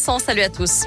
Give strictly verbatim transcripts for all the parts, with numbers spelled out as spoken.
Vincent, salut à tous.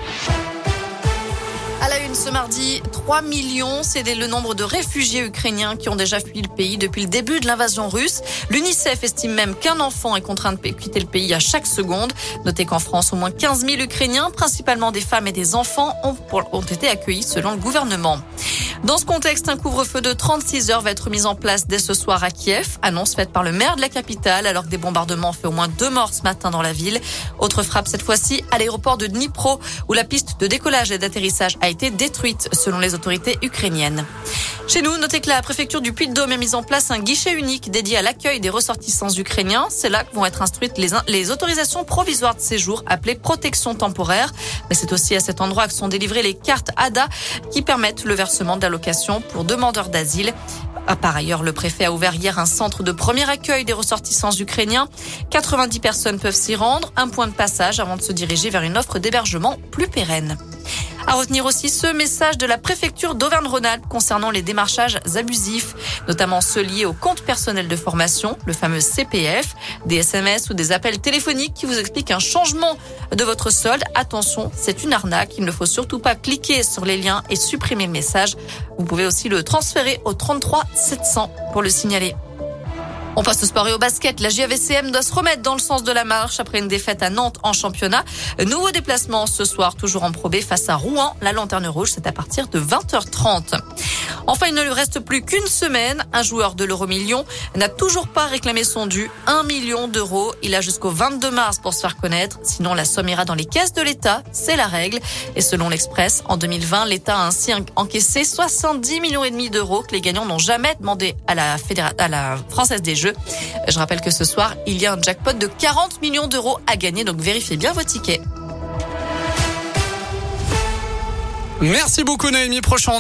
À la une ce mardi, trois millions, c'est le nombre de réfugiés ukrainiens qui ont déjà fui le pays depuis le début de l'invasion russe. L'UNICEF estime même qu'un enfant est contraint de quitter le pays à chaque seconde. Notez qu'en France, au moins quinze mille Ukrainiens, principalement des femmes et des enfants, ont, ont été accueillis selon le gouvernement. Dans ce contexte, un couvre-feu de trente-six heures va être mis en place dès ce soir à Kiev. Annonce faite par le maire de la capitale alors que des bombardements ont fait au moins deux morts ce matin dans la ville. Autre frappe cette fois-ci à l'aéroport de Dnipro où la piste de décollage et d'atterrissage a été détruite selon les autorités ukrainiennes. Chez nous, notez que la préfecture du Puy-de-Dôme a mis en place un guichet unique dédié à l'accueil des ressortissants ukrainiens. C'est là que vont être instruites les, les autorisations provisoires de séjour appelées protection temporaire. Mais c'est aussi à cet endroit que sont délivrées les cartes A D A qui permettent le versement d'allocations pour demandeurs d'asile. Par ailleurs, le préfet a ouvert hier un centre de premier accueil des ressortissants ukrainiens. quatre-vingt-dix personnes peuvent s'y rendre, un point de passage avant de se diriger vers une offre d'hébergement plus pérenne. À retenir aussi ce message de la préfecture d'Auvergne-Rhône-Alpes concernant les démarchages abusifs, notamment ceux liés au compte personnel de formation, le fameux C P F, des S M S ou des appels téléphoniques qui vous expliquent un changement de votre solde. Attention, c'est une arnaque. Il ne faut surtout pas cliquer sur les liens et supprimer le message. Vous pouvez aussi le transférer au trente-trois sept cents pour le signaler. On passe au sport et au basket. La J V C M doit se remettre dans le sens de la marche après une défaite à Nantes en championnat. Nouveau déplacement ce soir, toujours en Pro B face à Rouen. La Lanterne Rouge, c'est à partir de vingt heures trente. Enfin, il ne lui reste plus qu'une semaine. Un joueur de l'Euro-Million n'a toujours pas réclamé son dû, un million d'euros. Il a jusqu'au vingt-deux mars pour se faire connaître. Sinon, la somme ira dans les caisses de l'État. C'est la règle. Et selon l'Express, en deux mille vingt, l'État a ainsi encaissé soixante-dix millions et demi d'euros que les gagnants n'ont jamais demandé à la fédéra- à la Française des Jeux. Je rappelle que ce soir, il y a un jackpot de quarante millions d'euros à gagner. Donc, vérifiez bien vos tickets. Merci beaucoup, Noémie. Prochain